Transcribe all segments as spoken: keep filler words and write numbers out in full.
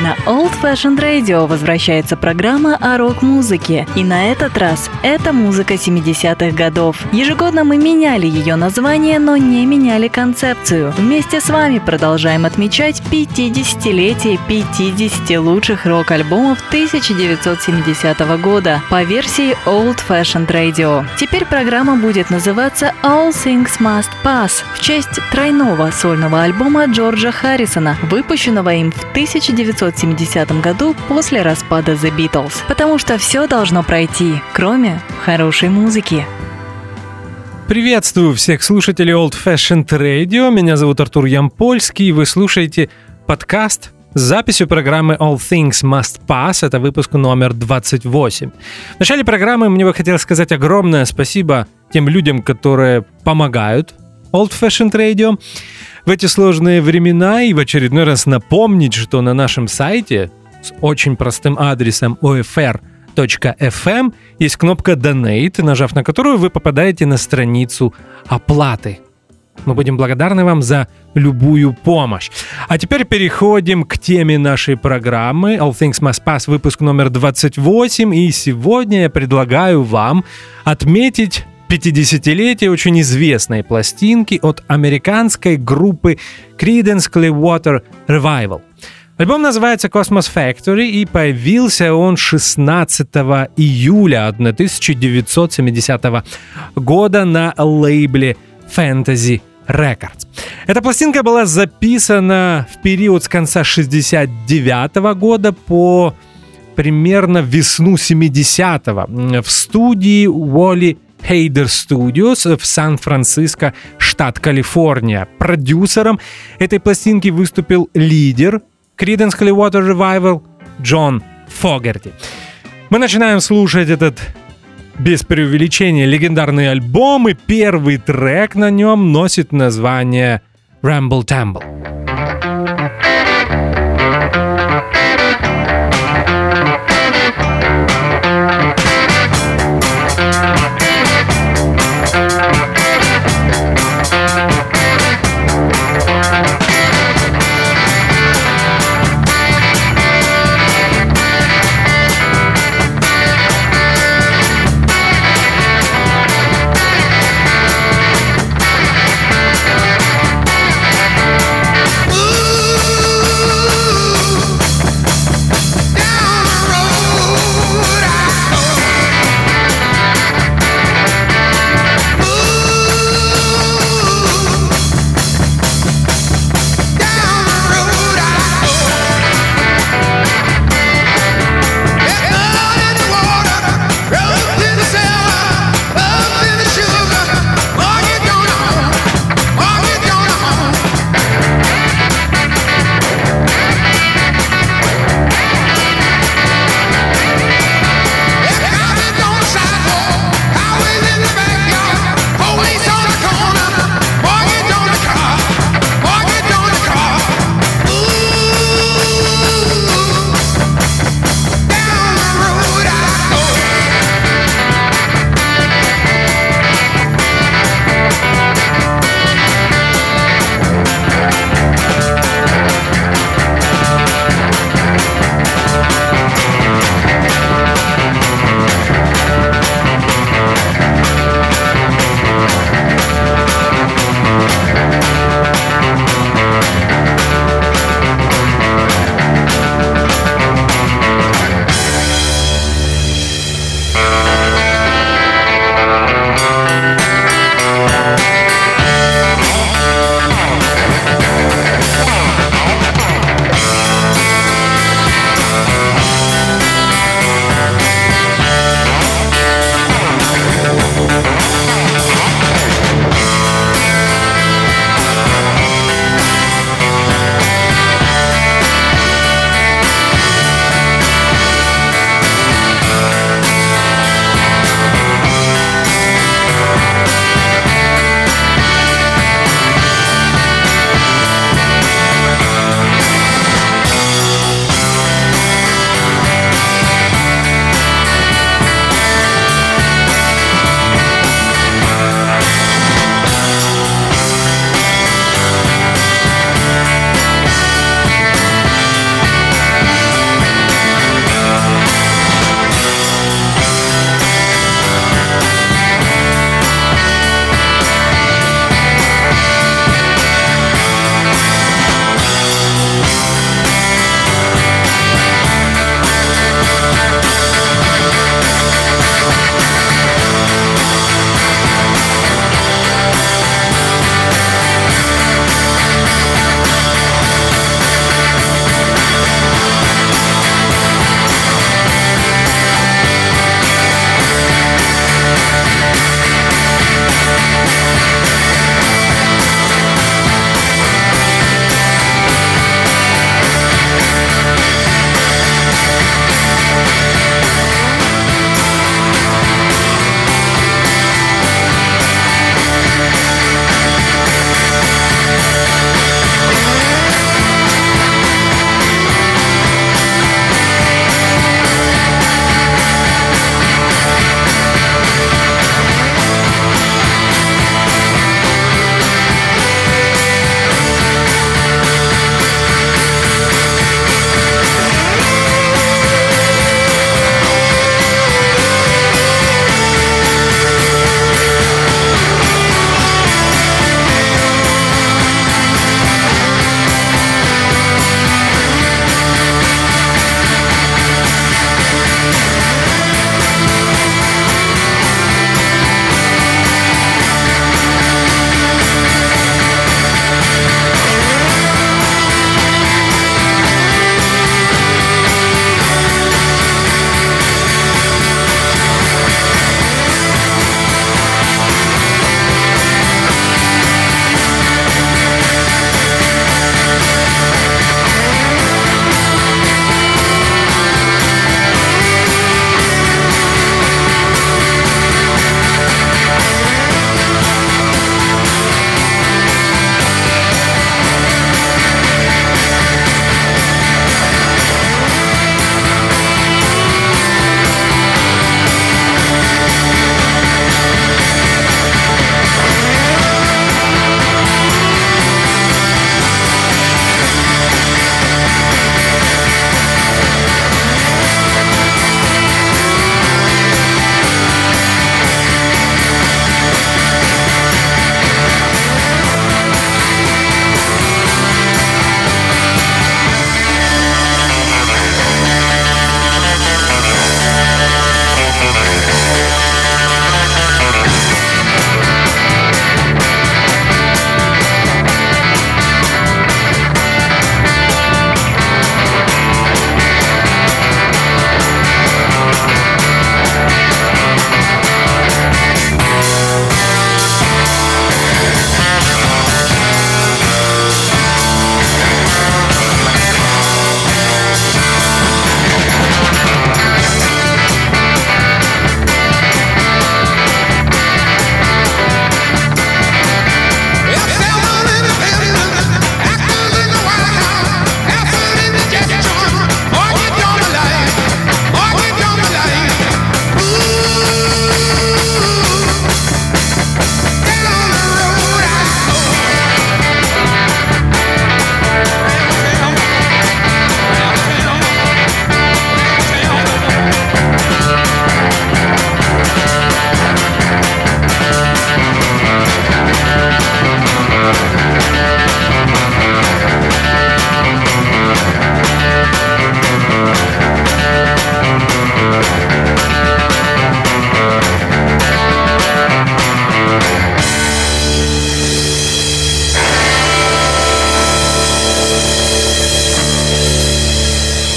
На Old Fashioned Radio возвращается программа о рок-музыке. И на этот раз это музыка семидесятых годов. Ежегодно мы меняли ее название, но не меняли концепцию. Вместе с вами продолжаем отмечать пятидесятилетие пятидесяти лучших рок-альбомов тысяча девятьсот семидесятого года по версии Old Fashioned Radio. Теперь программа будет называться All Things Must Pass в честь тройного сольного альбома Джорджа Харрисона, выпущенного им в тысяча девятьсот семидесятом году после распада The Beatles. Потому что все должно пройти, кроме хорошей музыки. Приветствую всех слушателей Old Fashioned Radio. Меня зовут Артур Ямпольский, и вы слушаете подкаст с записью программы All Things Must Pass. Это выпуск номер двадцать восемь. В начале программы мне бы хотелось сказать огромное спасибо тем людям, которые помогают Old Fashioned Radio в эти сложные времена, и в очередной раз напомнить, что на нашем сайте с очень простым адресом о эф эр точка эф эм есть кнопка Donate, нажав на которую вы попадаете на страницу оплаты. Мы будем благодарны вам за любую помощь. А теперь переходим к теме нашей программы All Things Must Pass, выпуск номер двадцать восемь, и сегодня я предлагаю вам отметить пятидесятилетие очень известной пластинки от американской группы Creedence Clearwater Revival. Альбом называется Cosmos Factory, и появился он шестнадцатого июля тысяча девятьсот семидесятого года на лейбле Fantasy Records. Эта пластинка была записана в период с конца шестьдесят девятого года по примерно весну семидесятого в студии Wally Heider Studios в Сан-Франциско, штат Калифорния. Продюсером этой пластинки выступил лидер Creedence Clearwater Revival Джон Фогерти. Мы начинаем слушать этот, без преувеличения, легендарный альбом, и первый трек на нем носит название Rumble Tumble.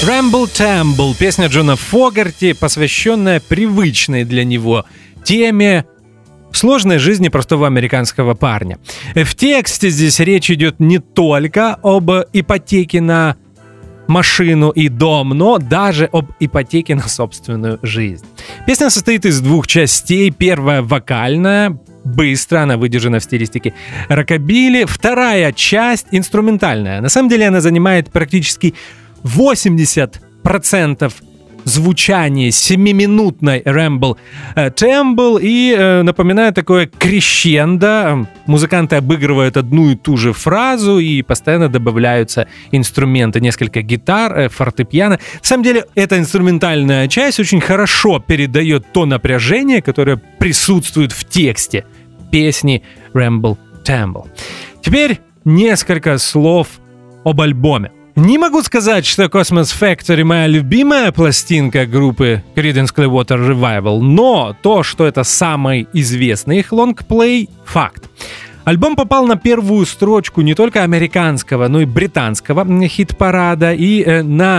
Ramble Tamble, песня Джона Фогарти, посвященная привычной для него теме сложной жизни простого американского парня. В тексте здесь речь идет не только об ипотеке на машину и дом, но даже об ипотеке на собственную жизнь. Песня состоит из двух частей. Первая вокальная, быстро, она выдержана в стилистике рокобили. Вторая часть инструментальная. На самом деле она занимает практически восемьдесят процентов звучания семиминутной Ramble Tamble и э, напоминает такое крещендо. Музыканты обыгрывают одну и ту же фразу и постоянно добавляются инструменты, несколько гитар, э, фортепиано. На самом деле эта инструментальная часть очень хорошо передает то напряжение, которое присутствует в тексте песни Ramble Tamble. Теперь несколько слов об альбоме. Не могу сказать, что Cosmos Factory моя любимая пластинка группы Creedence Clearwater Revival, но то, что это самый известный их лонгплей, факт. Альбом попал на первую строчку не только американского, но и британского хит-парада, и э, на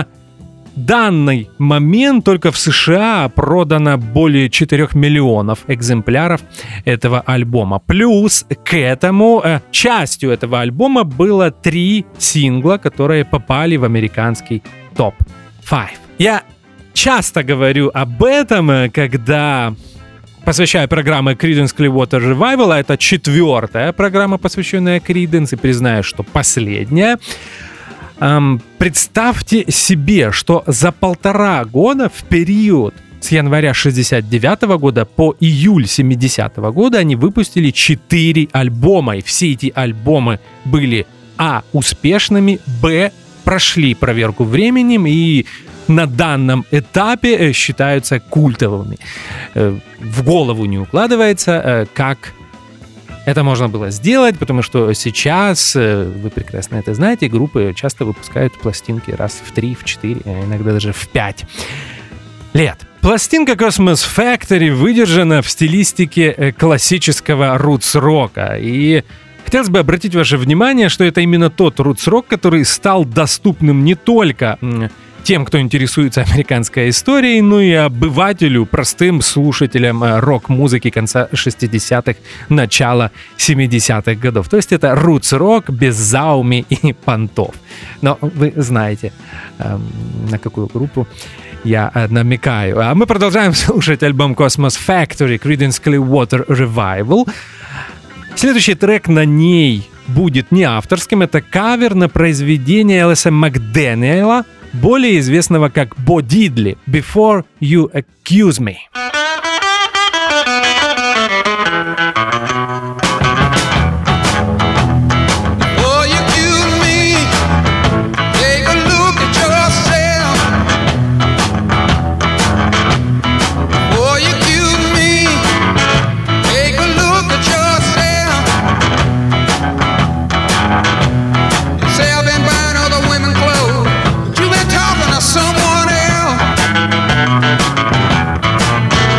данный момент только в США продано более четырёх миллионов экземпляров этого альбома. Плюс к этому э, частью этого альбома было три сингла, которые попали в американский топ пять. Я часто говорю об этом, когда посвящаю программы Creedence Clearwater Revival, а это четвертая программа, посвященная Creedence, и признаю, что последняя. Um, представьте себе, что за полтора года, в период с января шестьдесят девятого года по июль семидесятого года, они выпустили четыре альбома. И все эти альбомы были а. успешными, б. прошли проверку временем и на данном этапе считаются культовыми. В голову не укладывается, как это можно было сделать, потому что сейчас, вы прекрасно это знаете, группы часто выпускают пластинки раз в три, в четыре, а иногда даже в пять лет. Пластинка Cosmos Factory выдержана в стилистике классического рутс-рока. И хотелось бы обратить ваше внимание, что это именно тот рутс-рок, который стал доступным не только тем, кто интересуется американской историей, но и обывателю, простым слушателям рок-музыки конца шестидесятых, начала семидесятых годов. То есть это рутс-рок без зауми и понтов. Но вы знаете, на какую группу я намекаю. А мы продолжаем слушать альбом Cosmos Factory Creedence Clearwater Revival. Следующий трек на ней будет не авторским, это кавер на произведение Элиса Макдэниела, более известного как Бо Дидли, Before You Accuse Me. Someone else.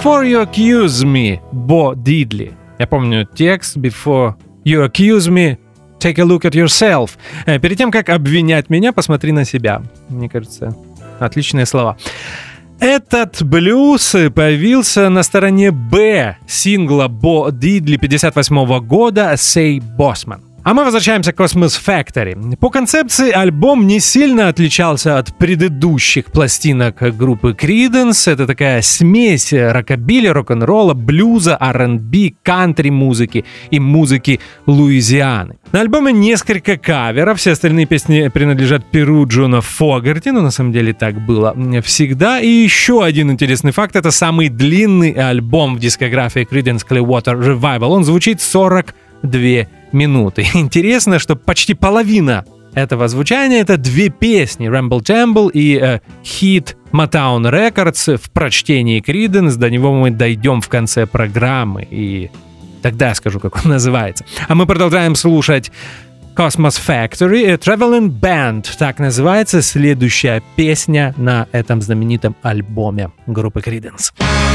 Before you accuse me, Bo Diddley. Я помню текст. Before you accuse me, take a look at yourself. Перед тем, как обвинять меня, посмотри на себя. Мне кажется, отличные слова. Этот блюз появился на стороне Б сингла Bo Diddley пятьдесят восьмого года «Say Bossman». А мы возвращаемся к Cosmos Factory. По концепции альбом не сильно отличался от предыдущих пластинок группы Creedence. Это такая смесь рокобили, рок-н-ролла, блюза, ар энд би, кантри-музыки и музыки Луизианы. На альбоме несколько каверов, все остальные песни принадлежат перу Джона Фогерти, но на самом деле так было всегда. И еще один интересный факт — это самый длинный альбом в дискографии Creedence Clearwater Revival. Он звучит сорок две минуты. Интересно, что почти половина этого звучания — это две песни: Ramble Jamble и э, хит Motown Records в прочтении Creedence. До него мы дойдем в конце программы, и тогда я скажу, как он называется. А мы продолжаем слушать Cosmos Factory, Traveling Band, так называется следующая песня на этом знаменитом альбоме группы Creedence.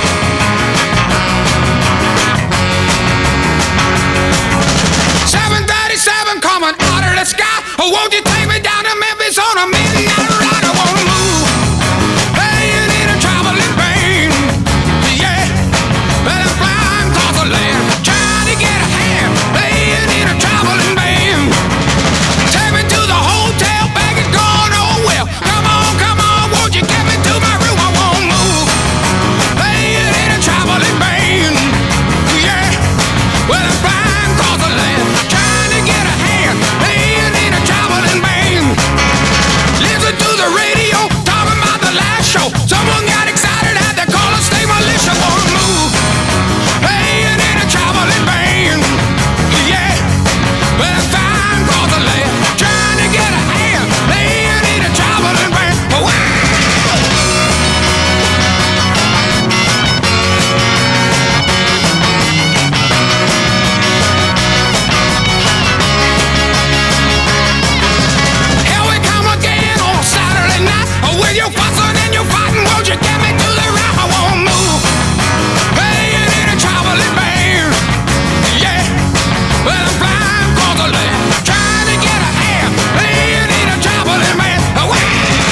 Coming out of the sky, oh, won't you take me down to Memphis on a midnight ride? I wanna move, playing in a traveling band, yeah. Well, I'm flying across the land, trying to get a hand, playing in a traveling band. Take me to the hotel, baggage gone, oh well. Come on, come on, won't you get me to my room? I wanna move, playing in a traveling band, yeah. Well, I'm flying across the land, trying to get a hand, playing in a traveling band. Listen to the radio, talking about the last show. Someone got excited, had to call and stay militia. Wanna move, playing in a traveling band, yeah. Well, I'm flying across the land, trying to get a hand, playing in a traveling band. Wow. With your fussing and your fighting, won't you get me to the rap? I won't move, playing in a traveling band, yeah. Well, I'm flying across the land, trying to get a hand, playing in a traveling band. Oh, wow.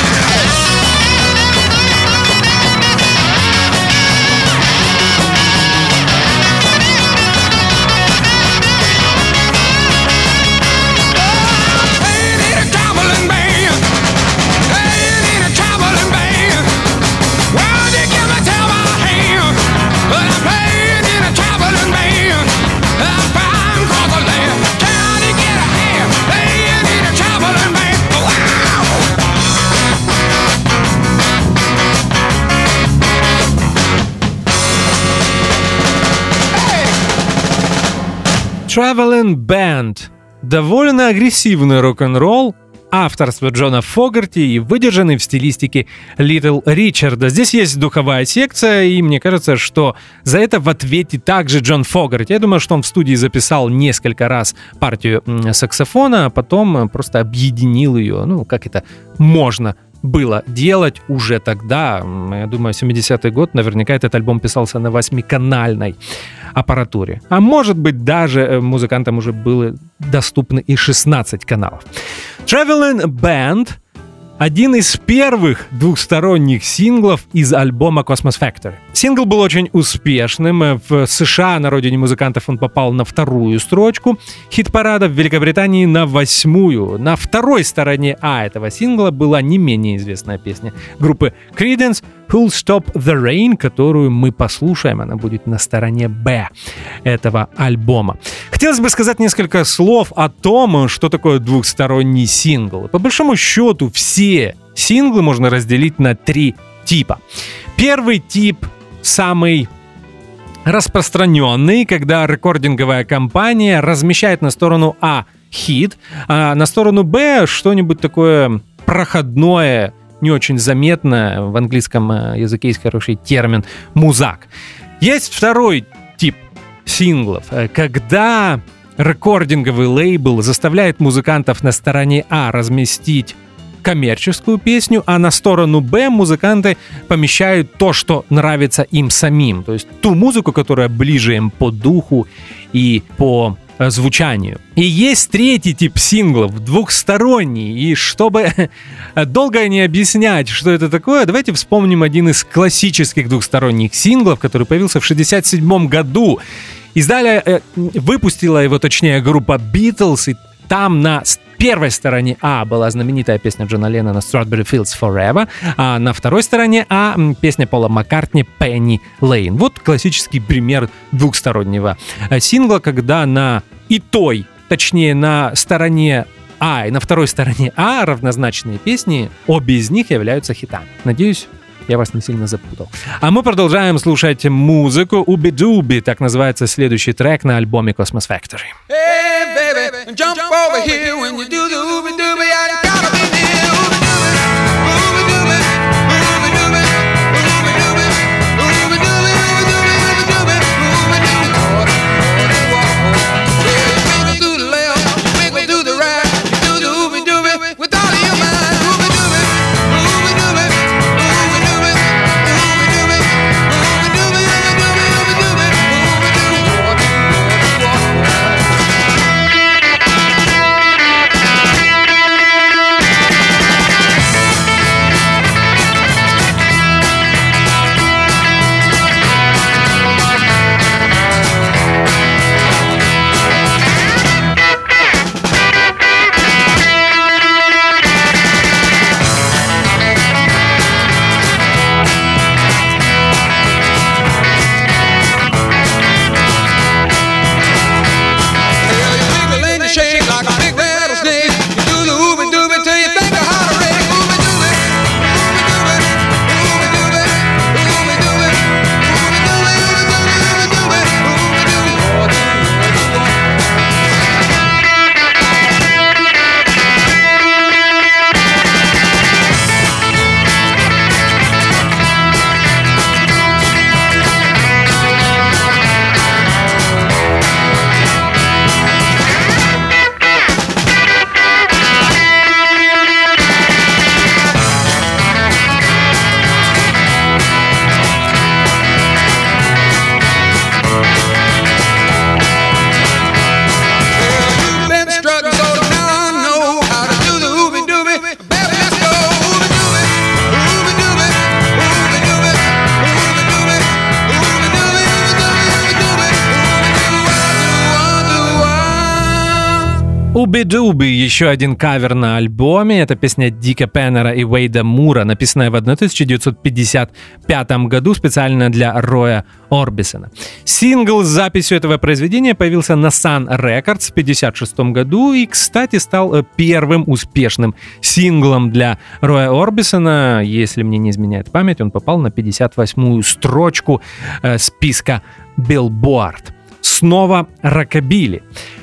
Playing in a traveling band, playing in a traveling band. Well, you give me tell my hand, but I'm playing in a traveling band. I'm flying across the land, trying to get a hand, playing in a traveling band. Wow. Hey. Traveling Band. Довольно агрессивный рок-н-ролл, авторство Джона Фогерти и выдержанный в стилистике Little Ричарда. Здесь есть духовая секция, и мне кажется, что за это в ответе также Джон Фогерти. Я думаю, что он в студии записал несколько раз партию саксофона, а потом просто объединил ее. Ну, как это можно было делать уже тогда. Я думаю, семидесятый год, наверняка этот альбом писался на восьмиканальной аппаратуре. А может быть, даже музыкантам уже было доступны и шестнадцать каналов. Traveling Band — один из первых двухсторонних синглов из альбома Cosmos Factory. Сингл был очень успешным. В США, на родине музыкантов, он попал на вторую строчку хит-парада, в Великобритании на восьмую. На второй стороне А этого сингла была не менее известная песня группы Creedence «Who'll Stop the Rain», которую мы послушаем. Она будет на стороне Б этого альбома. Хотелось бы сказать несколько слов о том, что такое двухсторонний сингл. По большому счету, все синглы можно разделить на три типа. Первый тип самый распространенный, когда рекординговая компания размещает на сторону А хит, а на сторону Б что-нибудь такое проходное, не очень заметное. В английском языке есть хороший термин «музак». Есть второй тип синглов, когда рекординговый лейбл заставляет музыкантов на стороне А разместить коммерческую песню, а на сторону Б музыканты помещают то, что нравится им самим, то есть ту музыку, которая ближе им по духу и по звучанию. И есть третий тип синглов, двухсторонний, и чтобы долго не объяснять, что это такое, давайте вспомним один из классических двухсторонних синглов, который появился в шестьдесят седьмом году. Издали, э, выпустила его, точнее, группа Beatles, и там на первой стороне А была знаменитая песня Джона Леннона «Strawberry Fields Forever», а на второй стороне А песня Пола Маккартни «Penny Lane». Вот классический пример двухстороннего сингла, когда на и той, точнее на стороне А и на второй стороне А равнозначные песни, обе из них являются хитами. Надеюсь, я вас не сильно запутал. А мы продолжаем слушать музыку. «Уби-дуби», так называется следующий трек на альбоме Cosmos Factory. Hey, baby, jump over here when you do the ooby-dooby. I gotta be near ooby-dooby, ooby-dooby, ooby-dooby, ooby-dooby, ooby-dooby, ooby-dooby, ooby-dooby, ooby-dooby. Yeah, you wiggle to the left, you wiggle to the right, you do the ooby-dooby with all of your mind. Ooby-dooby, ooby-dooby, ooby-dooby, ooby-dooby, ooby-dooby, ooby-dooby, ooby-dooby, «Уби-дуби» — еще один кавер на альбоме. Это песня Дика Пеннера и Уэйда Мура, написанная в тысяча девятьсот пятьдесят пятом году специально для Роя Орбисона. Сингл с записью этого произведения появился на Sun Records в пятьдесят шестом году и, кстати, стал первым успешным синглом для Роя Орбисона. Если мне не изменяет память, он попал на пятьдесят восьмую строчку э, списка Billboard. Снова рокобили.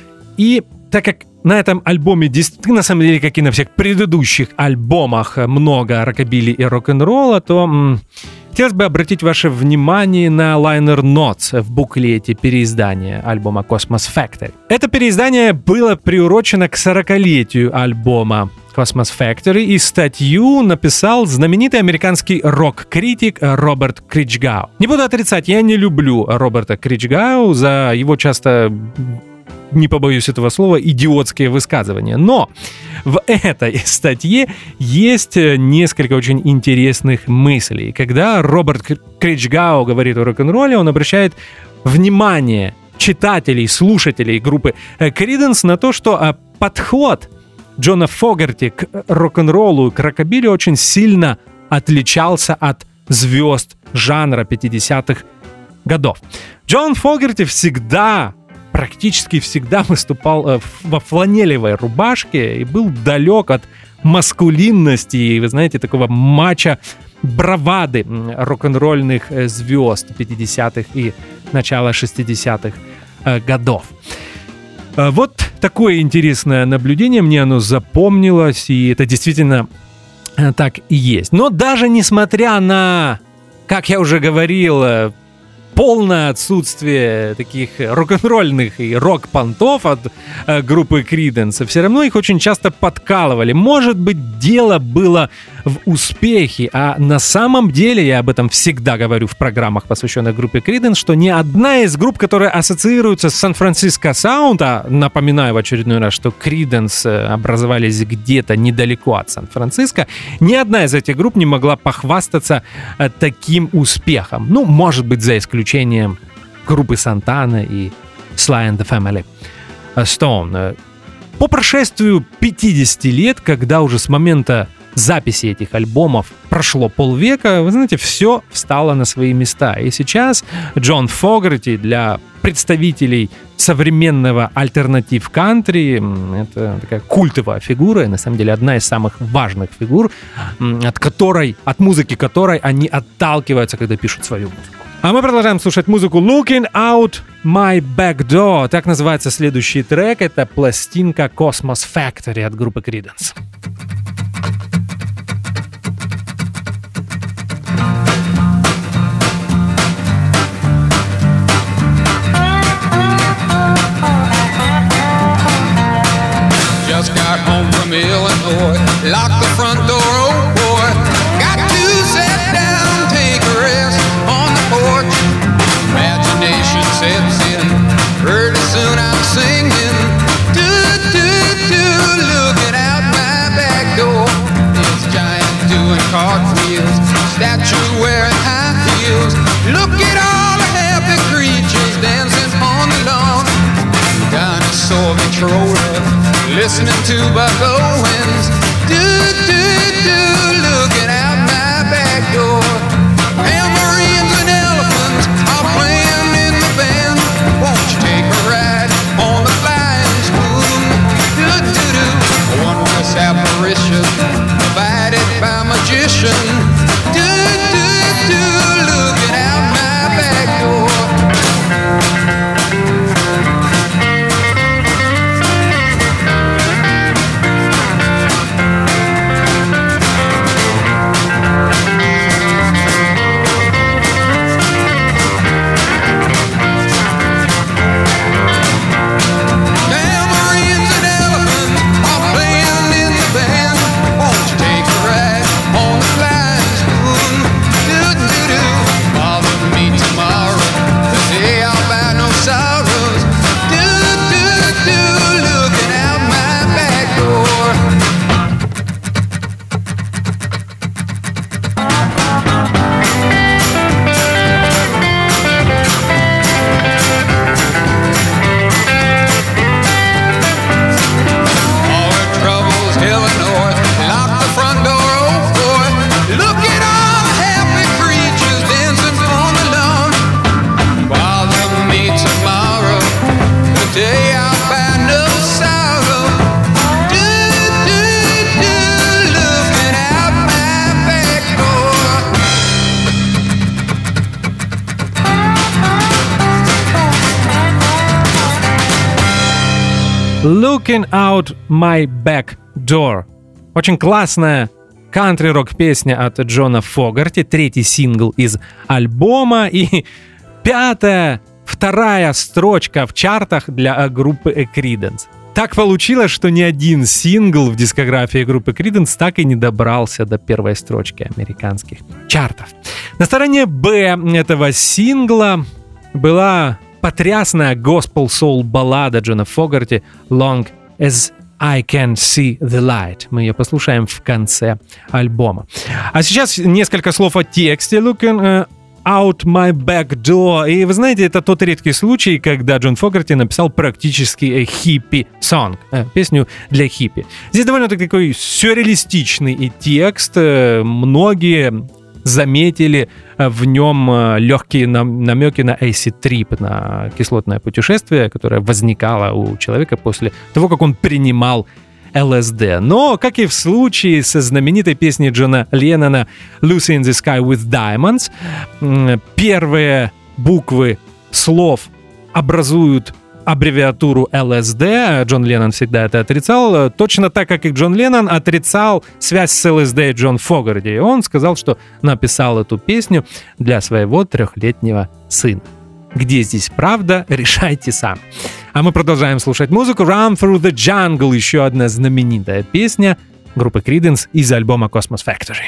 И так как на этом альбоме, на самом деле, как и на всех предыдущих альбомах, много рокобили и рок-н-ролла, то м- хотелось бы обратить ваше внимание на liner notes в буклете переиздания альбома Cosmos Factory. Это переиздание было приурочено к сорокалетию альбома Cosmos Factory, и статью написал знаменитый американский рок-критик Роберт Кричгау. Не буду отрицать, я не люблю Роберта Кричгау за его часто, не побоюсь этого слова, идиотские высказывания. Но в этой статье есть несколько очень интересных мыслей. Когда Роберт Кричгау говорит о рок-н-ролле, он обращает внимание читателей, слушателей группы Creedence на то, что подход Джона Фогерти к рок-н-роллу, к рокобили очень сильно отличался от звезд жанра пятидесятых годов. Джон Фогерти всегда практически всегда выступал во фланелевой рубашке и был далек от маскулинности и, вы знаете, такого мачо бравады рок-н-ролльных звезд пятидесятых и начала шестидесятых годов. Вот такое интересное наблюдение, мне оно запомнилось, и это действительно так и есть. Но даже несмотря на, как я уже говорил, полное отсутствие таких рок-н-ролльных и рок-понтов от э, группы Creedence, все равно их очень часто подкалывали. Может быть, дело было в успехе, а на самом деле, я об этом всегда говорю в программах, посвященных группе Creedence, что ни одна из групп, которые ассоциируются с Сан-Франциско Саунд, а напоминаю в очередной раз, что Creedence образовались где-то недалеко от Сан-Франциско, ни одна из этих групп не могла похвастаться э, таким успехом. Ну, может быть, за исключением группы Сантана и Sly and the Family Stone. По прошествию пятидесяти лет, когда уже с момента записи этих альбомов прошло полвека, вы знаете, все встало на свои места. И сейчас Джон Фогерти для представителей современного альтернатив-кантри — это такая культовая фигура, и на самом деле одна из самых важных фигур, от которой, от музыки которой они отталкиваются, когда пишут свою музыку. А мы продолжаем слушать музыку Looking Out My Back Door. Так называется следующий трек. Это пластинка Cosmos Factory от группы Creedence. Just got home from Illinois, locked the front door, oh boy. Got to sit down, take a rest on the porch. Imagination sets in, pretty soon I'm singing. Do, do, do, looking out my back door. This giant doing cartwheels, statue wearing high heels. Look at all the happy creatures dancing on the lawn. Dinosaur controller, listening to Buck Owens. Do, do, do, looking out my back door. Tambourines and elephants are playing in the band. Won't you take a ride on the flying spoon? Do, do, do, a wondrous apparition provided by magician. Do, do, do, looking out my back door. Looking Out My Back Door. Очень классная кантри-рок песня от Джона Фогерти, третий сингл из альбома и пятая, вторая строчка в чартах для группы Creedence. Так получилось, что ни один сингл в дискографии группы Creedence так и не добрался до первой строчки американских чартов. На стороне Б этого сингла была потрясная госпел-соул баллада Джона Фогерти «Long as I Can See the Light». Мы ее послушаем в конце альбома. А сейчас несколько слов о тексте «Looking Out My Back Door». И вы знаете, это тот редкий случай, когда Джон Фогерти написал практически хиппи-сонг, песню для хиппи. Здесь довольно-таки такой сюрреалистичный текст. Многие заметили в нем легкие намеки на acid trip, на кислотное путешествие, которое возникало у человека после того, как он принимал эл эс ди. Но, как и в случае со знаменитой песней Джона Леннона «Lucy in the Sky with Diamonds», первые буквы слов образуют аббревиатуру эл эс ди. Джон Леннон всегда это отрицал. Точно так, как и Джон Леннон отрицал связь с эл эс ди Джон Фогерти. Он сказал, что написал эту песню для своего трехлетнего сына. Где здесь правда, решайте сам. А мы продолжаем слушать музыку. Run Through the Jungle, еще одна знаменитая песня группы Creedence из альбома Cosmos Factory.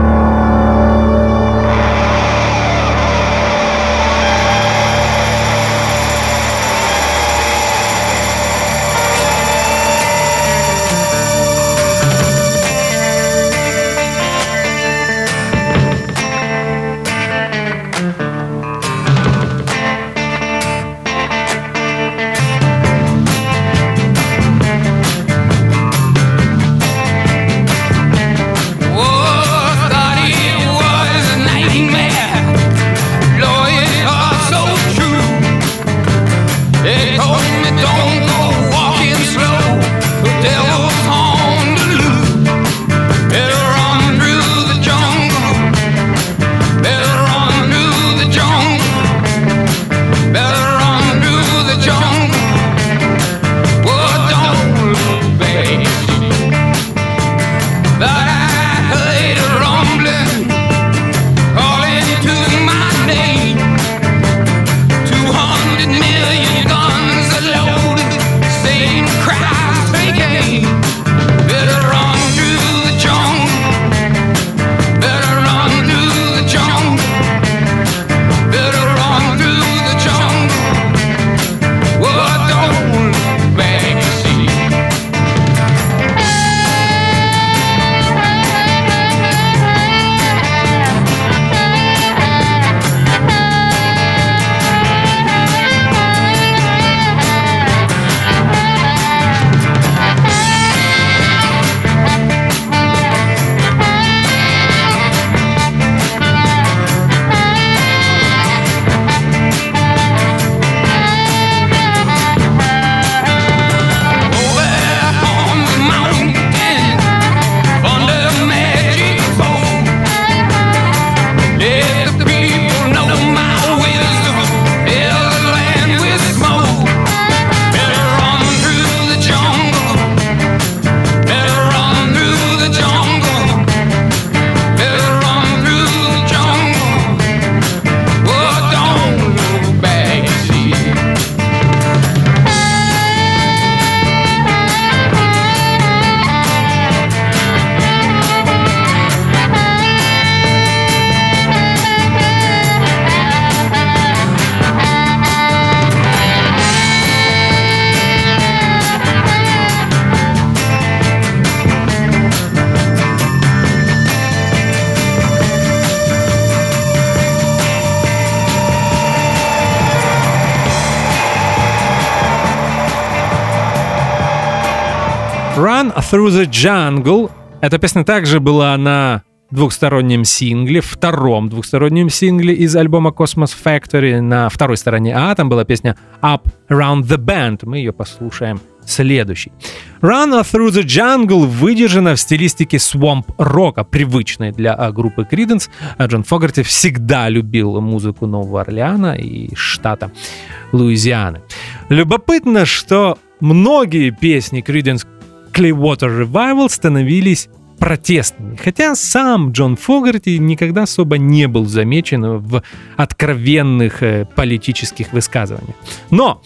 Run Through the Jungle. Эта песня также была на двухстороннем сингле, втором двухстороннем сингле из альбома Cosmos Factory. На второй стороне А там была песня Up Around the Bend. Мы ее послушаем следующей. Run Through the Jungle выдержана в стилистике свамп-рока, привычной для группы Creedence. Джон Фогерти всегда любил музыку Нового Орлеана и штата Луизианы. Любопытно, что многие песни Creedence Clearwater Revival становились протестными, хотя сам Джон Фогерти никогда особо не был замечен в откровенных э, политических высказываниях. Но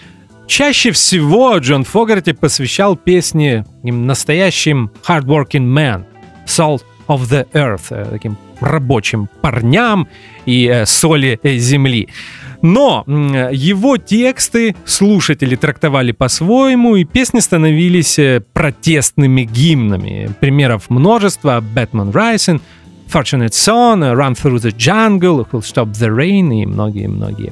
чаще всего Джон Фогерти посвящал песни настоящим hardworking men, salt of the earth, таким рабочим парням и э, соли э, земли. Но его тексты слушатели трактовали по-своему, и песни становились протестными гимнами. Примеров множество: Batman Rising, Fortunate Son, Run Through the Jungle, Who'll Stop the Rain и многие-многие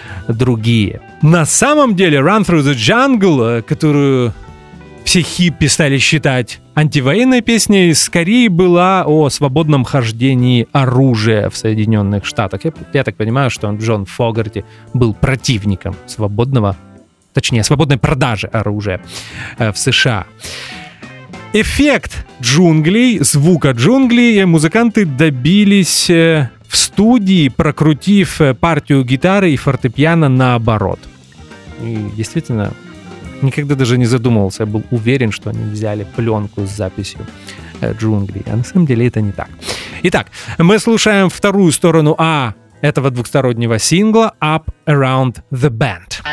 другие. На самом деле Run Through the Jungle, которую все хиппи стали считать антивоенной песней, скорее была о свободном хождении оружия в Соединенных Штатах. Я, я так понимаю, что Джон Фогерти был противником свободного, точнее, свободной продажи оружия в США. Эффект джунглей, звука джунглей музыканты добились в студии, прокрутив партию гитары и фортепиано наоборот. И действительно, никогда даже не задумывался. Я был уверен, что они взяли пленку с записью э, «Джунгли». А на самом деле это не так. Итак, мы слушаем вторую сторону А этого двухстороннего сингла «Up Around the Bend».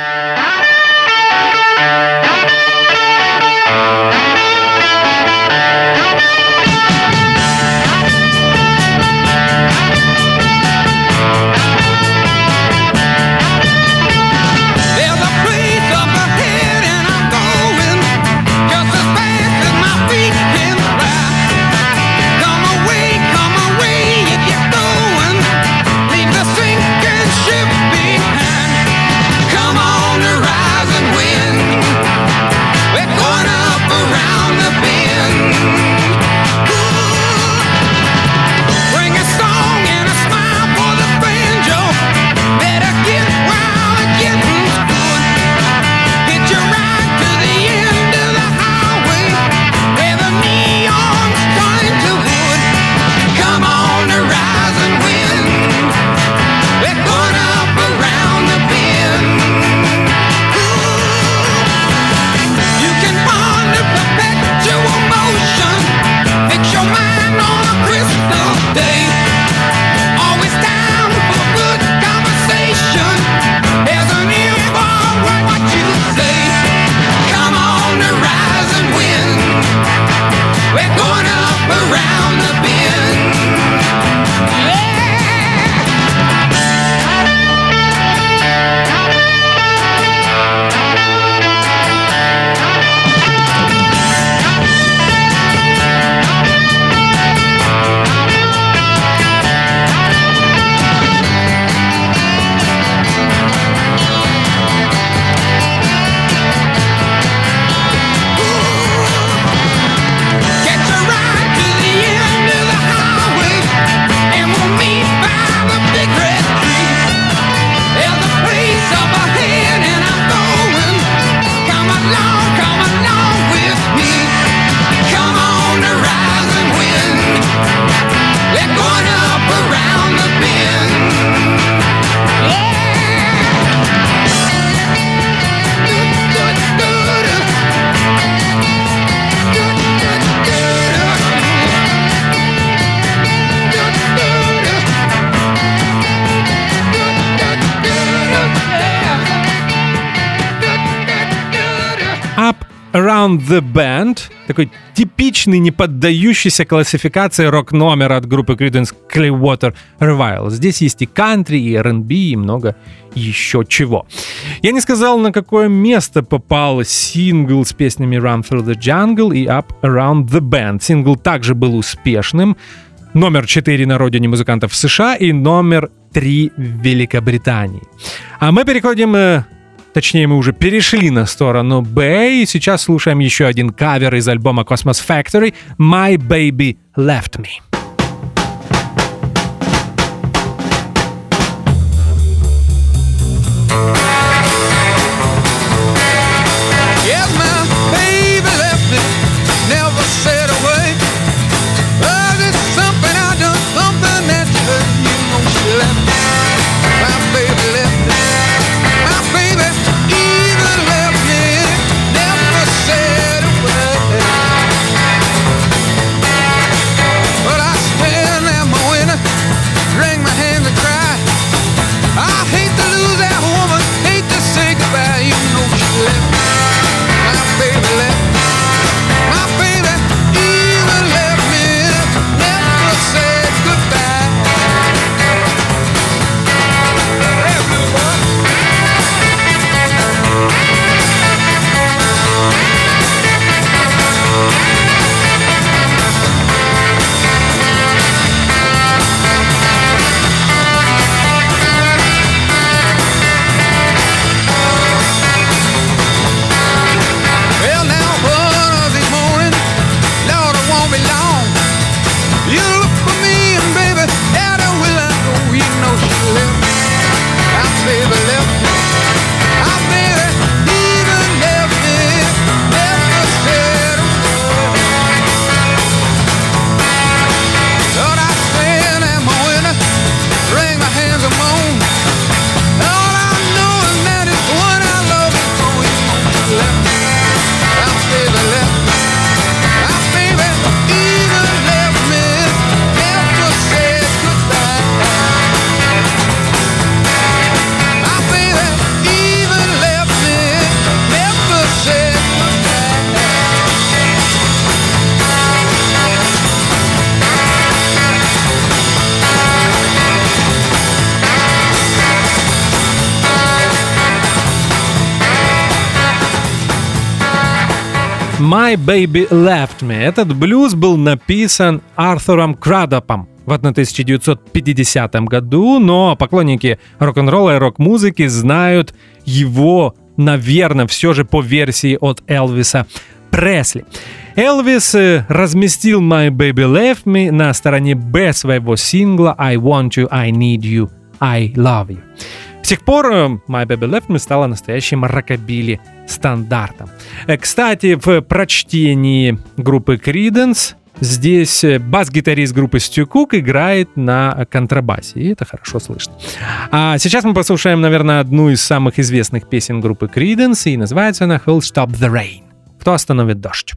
Around the Bend, такой типичный, не поддающийся классификации рок-номер от группы Creedence Clearwater Revival. Здесь есть и кантри, и ар энд би, и много еще чего. Я не сказал, на какое место попал сингл с песнями Run Through the Jungle и Up Around the Bend. Сингл также был успешным. Номер четыре на родине музыкантов в США и номер три в Великобритании. А мы переходим... Точнее, мы уже перешли на сторону Б, и сейчас слушаем еще один кавер из альбома Cosmos Factory «My Baby Left Me». But My Baby Left Me. Этот блюз был написан Артуром Крадопом в тысяча девятьсот пятидесятом году, но поклонники рок-н-ролла и рок-музыки знают его, наверное, все же по версии от Элвиса Пресли. Элвис разместил My Baby Left Me на стороне Б своего сингла I Want You, I Need You, I Love You. С тех пор My Baby Left Me стала настоящим рокобили стандартом. Кстати, в прочтении группы Creedence здесь бас-гитарист группы Stu Cook играет на контрабасе, и это хорошо слышно. А сейчас мы послушаем, наверное, одну из самых известных песен группы Creedence, и называется она Who'll Stop the Rain? Кто остановит дождь?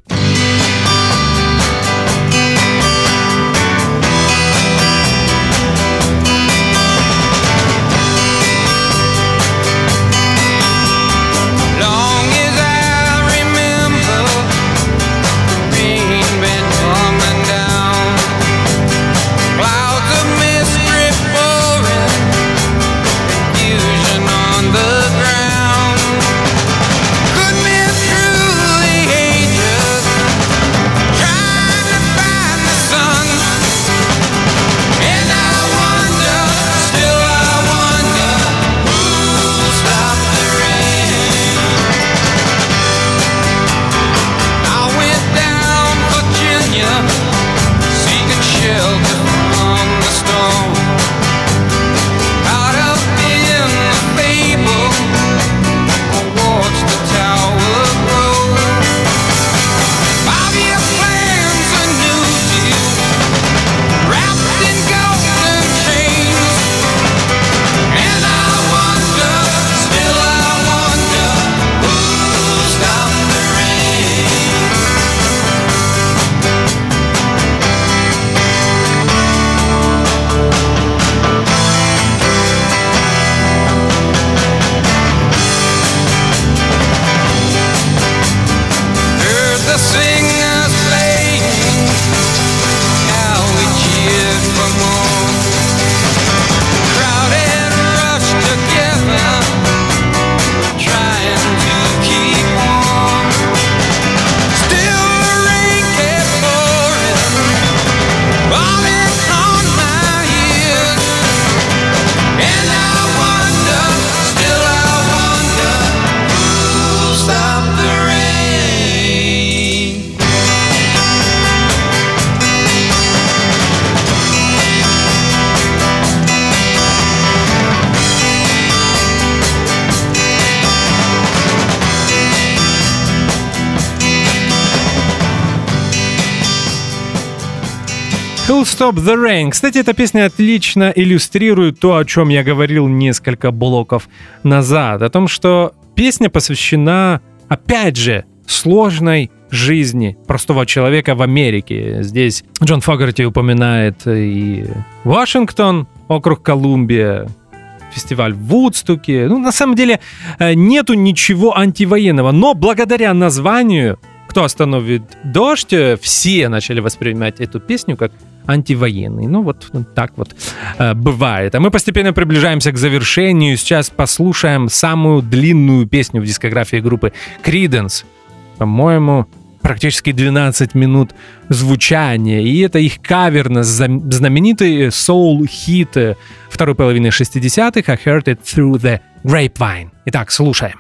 Who'll Stop the Rain. Кстати, эта песня отлично иллюстрирует то, о чем я говорил несколько блоков назад. О том, что песня посвящена, опять же, сложной жизни простого человека в Америке. Здесь Джон Фогерти упоминает и Вашингтон, округ Колумбия, фестиваль в Вудстоке. Ну, на самом деле, нету ничего антивоенного, но благодаря названию «Кто остановит дождь», все начали воспринимать эту песню как антивоенный. Ну, вот так вот э, бывает. А мы постепенно приближаемся к завершению. Сейчас послушаем самую длинную песню в дискографии группы Creedence. По-моему, практически двенадцать минут звучания. И это их кавер на знаменитый соул-хит второй половины шестидесятых «I Heard It Through the Grapevine». Итак, слушаем.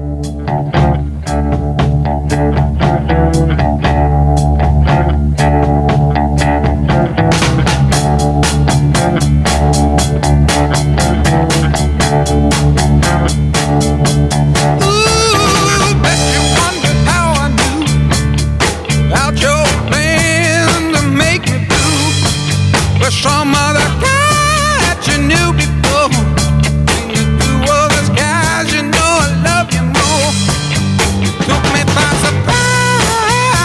Some other guy that you knew before. When you do all this, guys, you know I love you more. Took me by surprise.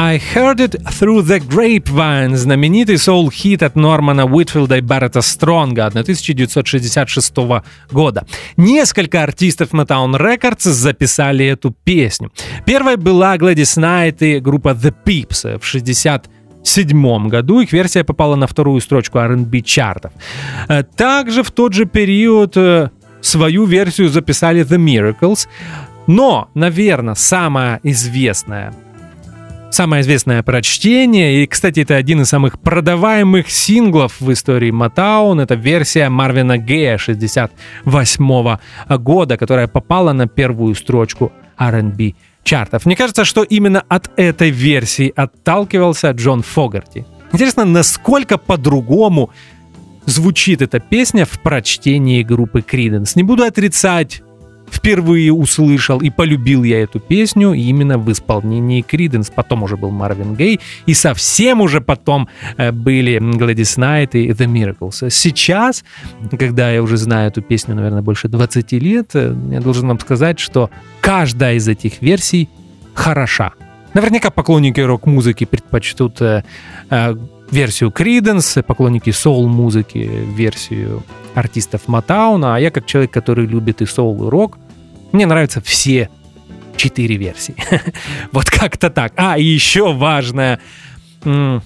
I Heard It Through the Grapevine, знаменитый соул-хит от Нормана Уитфилда и Баррета Стронга тысяча девятьсот шестьдесят шестого года. Несколько артистов Motown Records записали эту песню. Первой была Глэдис Найт и группа The Peeps в шестьдесят седьмом году. Их версия попала на вторую строчку ар энд би чартов. Также в тот же период свою версию записали The Miracles. Но, наверное, самое известное, самое известное прочтение, и, кстати, это один из самых продаваемых синглов в истории Motown, это версия Марвина Гея шестьдесят восьмого года, которая попала на первую строчку ар энд би чартов. Мне кажется, что именно от этой версии отталкивался Джон Фогарти. Интересно, насколько по-другому звучит эта песня в прочтении группы Creedence. Не буду отрицать, впервые услышал и полюбил я эту песню именно в исполнении Creedence. Потом уже был Марвин Гей, и совсем уже потом были Gladys Knight и The Miracles. Сейчас, когда я уже знаю эту песню, наверное, больше двадцати лет, я должен вам сказать, что каждая из этих версий хороша. Наверняка поклонники рок-музыки предпочтут э, э, версию Creedence, поклонники соул-музыки версию артистов Motown, а я, как человек, который любит и соул, и рок, мне нравятся все четыре версии. Вот как-то так. А, и еще важная, м-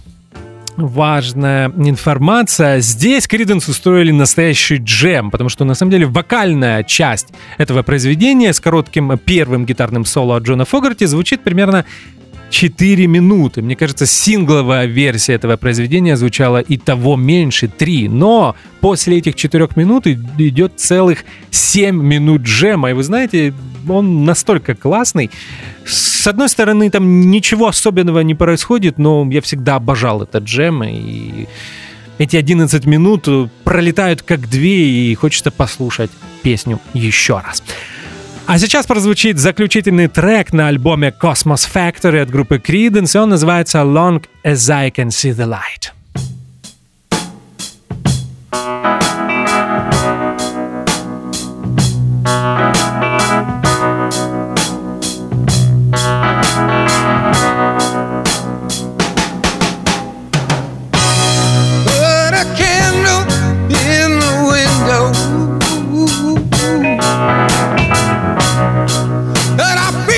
важная информация. Здесь Creedence устроили настоящий джем, потому что, на самом деле, вокальная часть этого произведения с коротким первым гитарным соло от Джона Фогарти звучит примерно четыре минуты. Мне кажется, сингловая версия этого произведения звучала и того меньше, три. Но после этих четырех минут идет целых семь минут джема. И вы знаете, он настолько классный. С одной стороны, там ничего особенного не происходит, но я всегда обожал этот джем. И эти одиннадцать минут пролетают как две, и хочется послушать песню еще раз. А сейчас прозвучит заключительный трек на альбоме Cosmos Factory от группы Creedence, и он называется Long As I Can See The Light.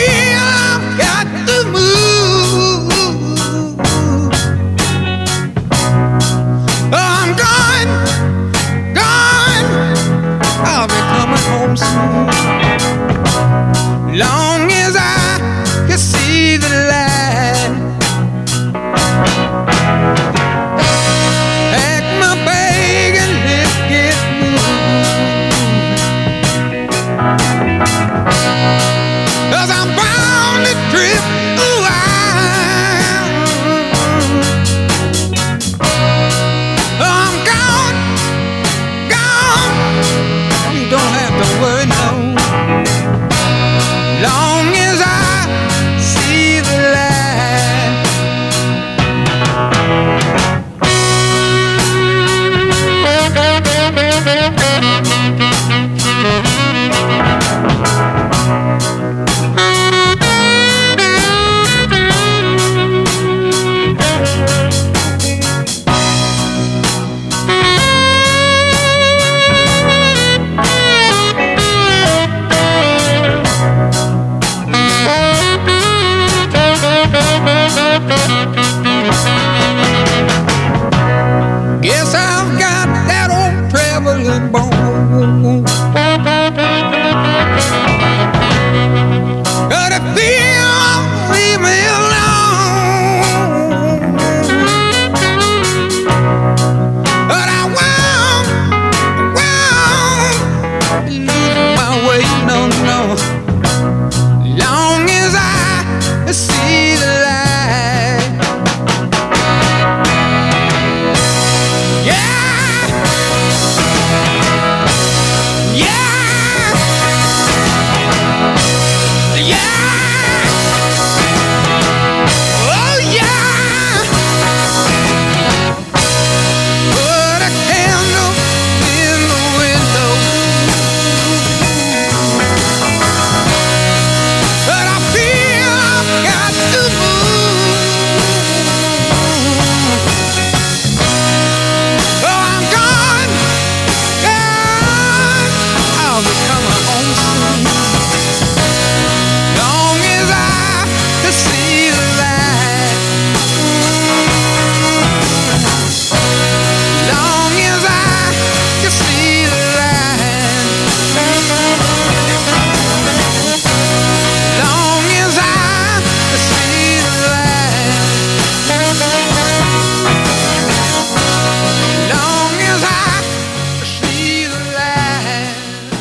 Move.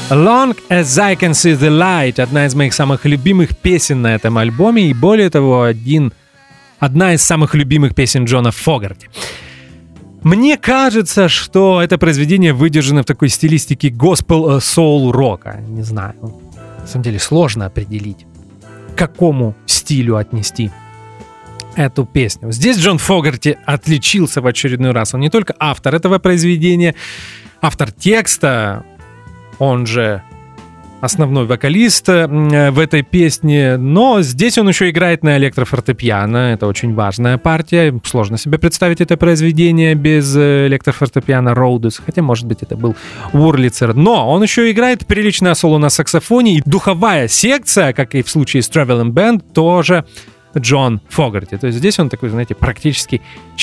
Long as I Can See the Light — одна из моих самых любимых песен на этом альбоме, и более того, один, одна из самых любимых песен Джона Фогерти. Мне кажется, что это произведение выдержано в такой стилистике госпел соул рока. Не знаю, на самом деле сложно определить, к какому стилю отнести эту песню. Здесь Джон Фогерти отличился в очередной раз. Он не только автор этого произведения, автор текста, он же основной вокалист в этой песне, но здесь он еще играет на электрофортепиано. Это очень важная партия. Сложно себе представить это произведение без электрофортепиано Rhodes, хотя, может быть, это был Wurlitzer. Но он еще играет приличное соло на саксофоне, и духовая секция, как и в случае с Traveling Band, тоже Джон Фогерти. То есть здесь он такой, знаете, практически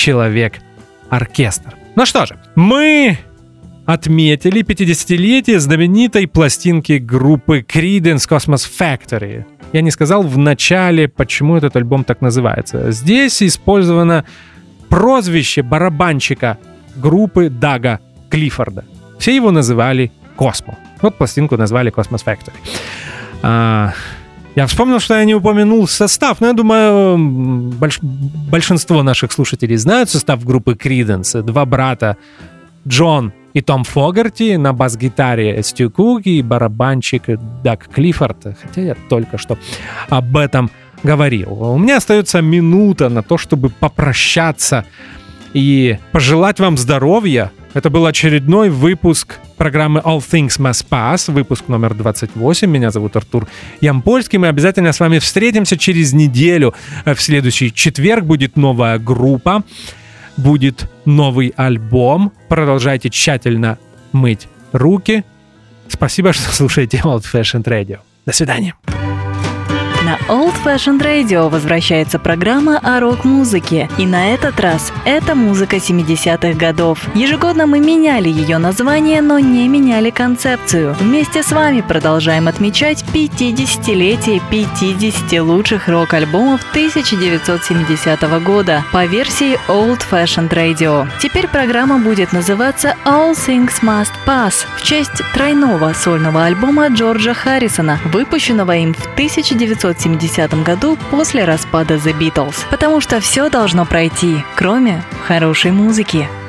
человек-оркестр. Ну что же, мы отметили пятидесятилетие знаменитой пластинки группы Creedence Cosmos Factory. Я не сказал в начале, почему этот альбом так называется. Здесь использовано прозвище барабанщика группы Дага Клиффорда. Все его называли Космо. Вот пластинку назвали Cosmos Factory. А, я вспомнил, что я не упомянул состав, но я думаю, больш... большинство наших слушателей знают состав группы Creedence. Два брата, Джон и Том Фогерти, на бас-гитаре Стью Кук и барабанщик Даг Клиффорд, хотя я только что об этом говорил. У меня остается минута на то, чтобы попрощаться и пожелать вам здоровья. Это был очередной выпуск программы All Things Must Pass, выпуск номер двадцать восемь. Меня зовут Артур Ямпольский. Мы обязательно с вами встретимся через неделю. В следующий четверг будет новая группа. Будет новый альбом. Продолжайте тщательно мыть руки. Спасибо, что слушаете Old Fashioned Radio. До свидания. На Old Fashioned Radio возвращается программа о рок-музыке. И на этот раз это музыка семидесятых годов. Ежегодно мы меняли ее название, но не меняли концепцию. Вместе с вами продолжаем отмечать пятидесятилетие пятидесяти лучших рок-альбомов тысяча девятьсот семидесятого года по версии Old Fashioned Radio. Теперь программа будет называться All Things Must Pass в честь тройного сольного альбома Джорджа Харрисона, выпущенного им в тысяча девятьсот семидесятом году после распада The Beatles. Потому что все должно пройти, кроме хорошей музыки.